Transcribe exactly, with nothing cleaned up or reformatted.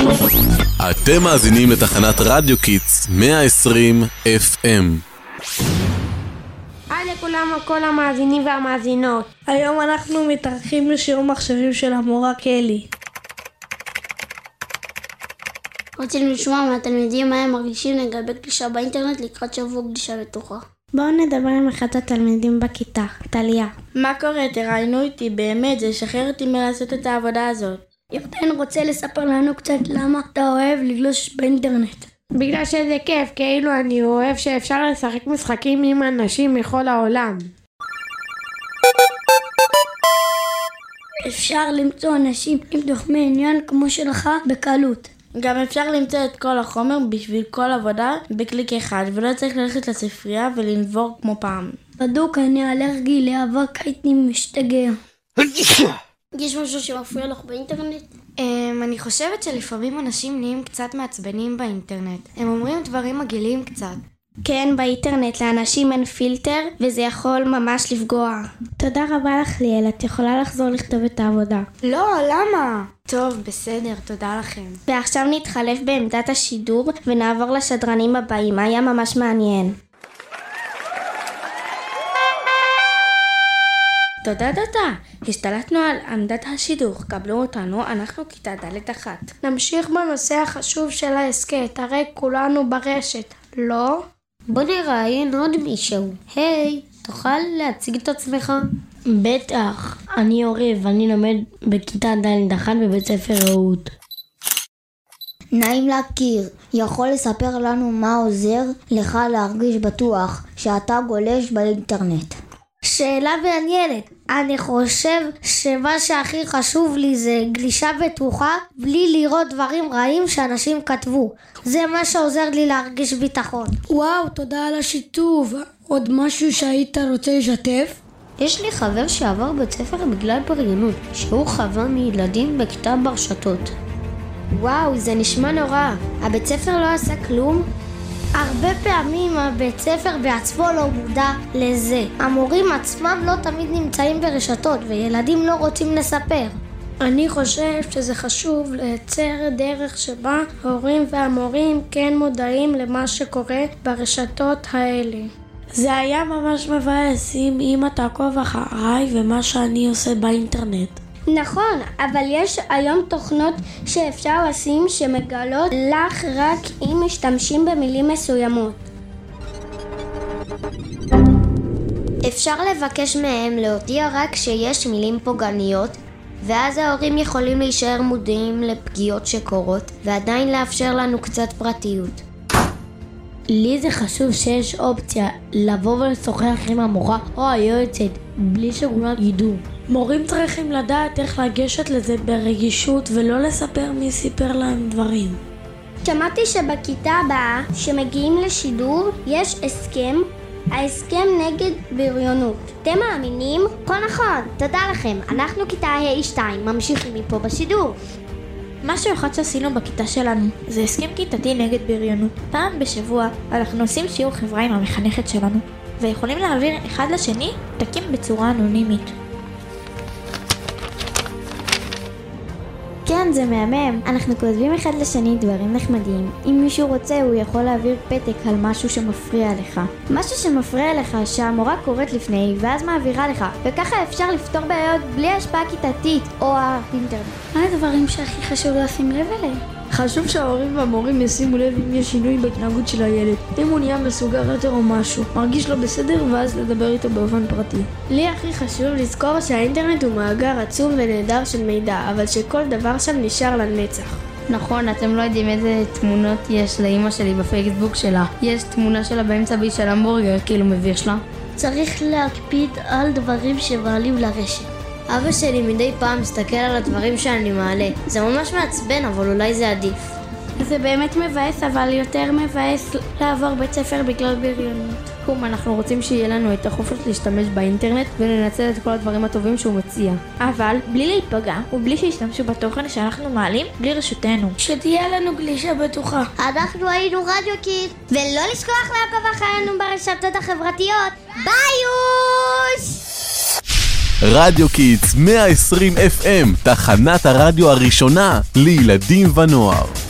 אתם מאזינים לתחנת רדיו קיטס מאה ועשרים אף אם. היי לכולם, כל המאזינים והמאזינות. היום אנחנו מתארחים לשיעור מחשבים של המורה קלי. רצינו לשמוע מהתלמידים מה הם מרגישים לגבי גלישה באינטרנט לקראת שבוע גלישה בטוחה. בואו נדבר עם אחד התלמידים בכיתה, טליה. מה קורה? תראיינו איתי, באמת, זה שחרר אותי מלעשות את העבודה הזאת. ירדן רוצה לספר לנו קצת למה אתה אוהב לגלוש באינטרנט. בגלל שזה כיף, כאילו אני אוהב שאפשר לשחק משחקים עם אנשים מכל העולם. אפשר למצוא אנשים עם תחומי עניין כמו שלך בקלות. גם אפשר למצוא את כל החומר בשביל כל עבודה בקליק אחד, ולא צריך ללכת לספרייה ולנבור כמו פעם. בדוק, אני אלרגי לאבק קייטנים משתגע. יש משהו שמפריע לך באינטרנט? Um, אני חושבת שלפעמים אנשים נהיים קצת מעצבנים באינטרנט. הם אומרים דברים מגעילים קצת. כן, באינטרנט לאנשים אין פילטר, וזה יכול ממש לפגוע. תודה רבה לך ליאל, את יכולה לחזור לכתוב את העבודה. לא, למה? טוב, בסדר, תודה לכם. ועכשיו נתחלף בעמדת השידור ונעבור לשדרנים הבאים, היה ממש מעניין. תודה תודה, השתלטנו על עמדת השידור, קבלו אותנו, אנחנו כיתה ד' אחת. נמשיך בנושא החשוב של ההסקט, הרי כולנו ברשת, לא? בוא נראיין עוד מישהו. היי, תוכל להציג את עצמך? בטח, אני אורי ואני לומד בכיתה ד' אחת בבית ספר רעות. נעים להכיר, יכול לספר לנו מה עוזר לך להרגיש בטוח שאתה גולש באינטרנט? שאלה מעניינת. אני חושב שמה שהכי חשוב לי זה גלישה בטוחה בלי לראות דברים רעים שאנשים כתבו. זה מה שעוזר לי להרגיש ביטחון. וואו, תודה על השיתוף. עוד משהו שהיית רוצה לשתף? יש לי חבר שעבר בית ספר בגלל בריונות, שהוא חווה מילדים בכיתה ברשתות. וואו, זה נשמע נורא. הבית ספר לא עשה כלום? הרבה פעמים הבית ספר בעצמו לא מודע לזה. המורים עצמם לא תמיד נמצאים ברשתות וילדים לא רוצים לספר. אני חושב שזה חשוב לייצר דרך שבה ההורים והמורים כן מודעים למה שקורה ברשתות האלה. זה היה ממש מבאס אם אמא תעקוב אחריי ומה שאני עושה באינטרנט. נכון, אבל יש היום תוכנות שאפשר לשים שמגלות לך רק אם משתמשים במילים מסוימות. אפשר לבקש מהם להודיע רק שיש מילים פוגעניות, ואז ההורים יכולים להישאר מודעים לפגיעות שקורות, ועדיין לאפשר לנו קצת פרטיות. לי זה חשוב שיש אופציה לבוא ולשוחח עם המורה או היועצת בלי שכולם ידעו. מורים צריכים לדעת איך לגשת לזה ברגישות ולא לספר מי סיפר להם דברים. שמעתי שבכיתה הבאה שמגיעים לשידור יש הסכם, ההסכם נגד בריונות. אתם מאמינים? כה נכון, תודה לכם. אנחנו כיתה ה' שתיים, ממשיכים מפה בשידור. משהו אחד שעשינו בכיתה שלנו זה הסכם כיתתי נגד בריונות. פעם בשבוע אנחנו עושים שיעור חברה עם המחנכת שלנו ויכולים להעביר אחד לשני תקים בצורה אנונימית. כן, זה מהמם. אנחנו כותבים אחד לשני דברים נחמדים. אם מישהו רוצה, הוא יכול להעביר פתק על משהו שמפריע לך. משהו שמפריע לך שהמורה קוראת לפני ואז מעבירה לך. וככה אפשר לפתור בעיות בלי השפעה כיתתית או האינטרנט. מה הדברים שהכי חשוב לשים לב אליהם? חשוב שההורים והמורים ישימו לב אם יש שינוי בהתנהגות של הילד. אם הוא נהיה מסוגר יותר או משהו, מרגיש לו בסדר ואז לדבר איתו באופן פרטי. לי הכי חשוב לזכור שהאינטרנט הוא מאגר עצום ונהדר של מידע, אבל שכל דבר שם נשאר לנצח. נכון, אתם לא יודעים איזה תמונות יש לאמא שלי בפייסבוק שלה. יש תמונה שלה באמצע בי של המבורגר, כאילו מביך שלה. צריך להקפיד על דברים שמעלים לרשת. אבא שלי מדי פעם מסתכל על הדברים שאני מעלה. זה ממש מעצבן, אבל אולי זה עדיף. זה באמת מבאס, אבל יותר מבאס לעבור בית ספר בגלל בריונות. קום, אנחנו רוצים שיהיה לנו את החופש להשתמש באינטרנט ולנצל את כל הדברים הטובים שהוא מציע. אבל בלי להיפגע ובלי שישתמשו בתוכן שאנחנו מעלים בלי רשותנו. שתהיה לנו גלישה בטוחה. אנחנו היינו רדיו קיט, ולא לשכוח לעקוב אחרינו ברשתות החברתיות. ביי יוש! רדיו קיטס מאה ועשרים אף אם, תחנת הרדיו הראשונה לילדים ונוער.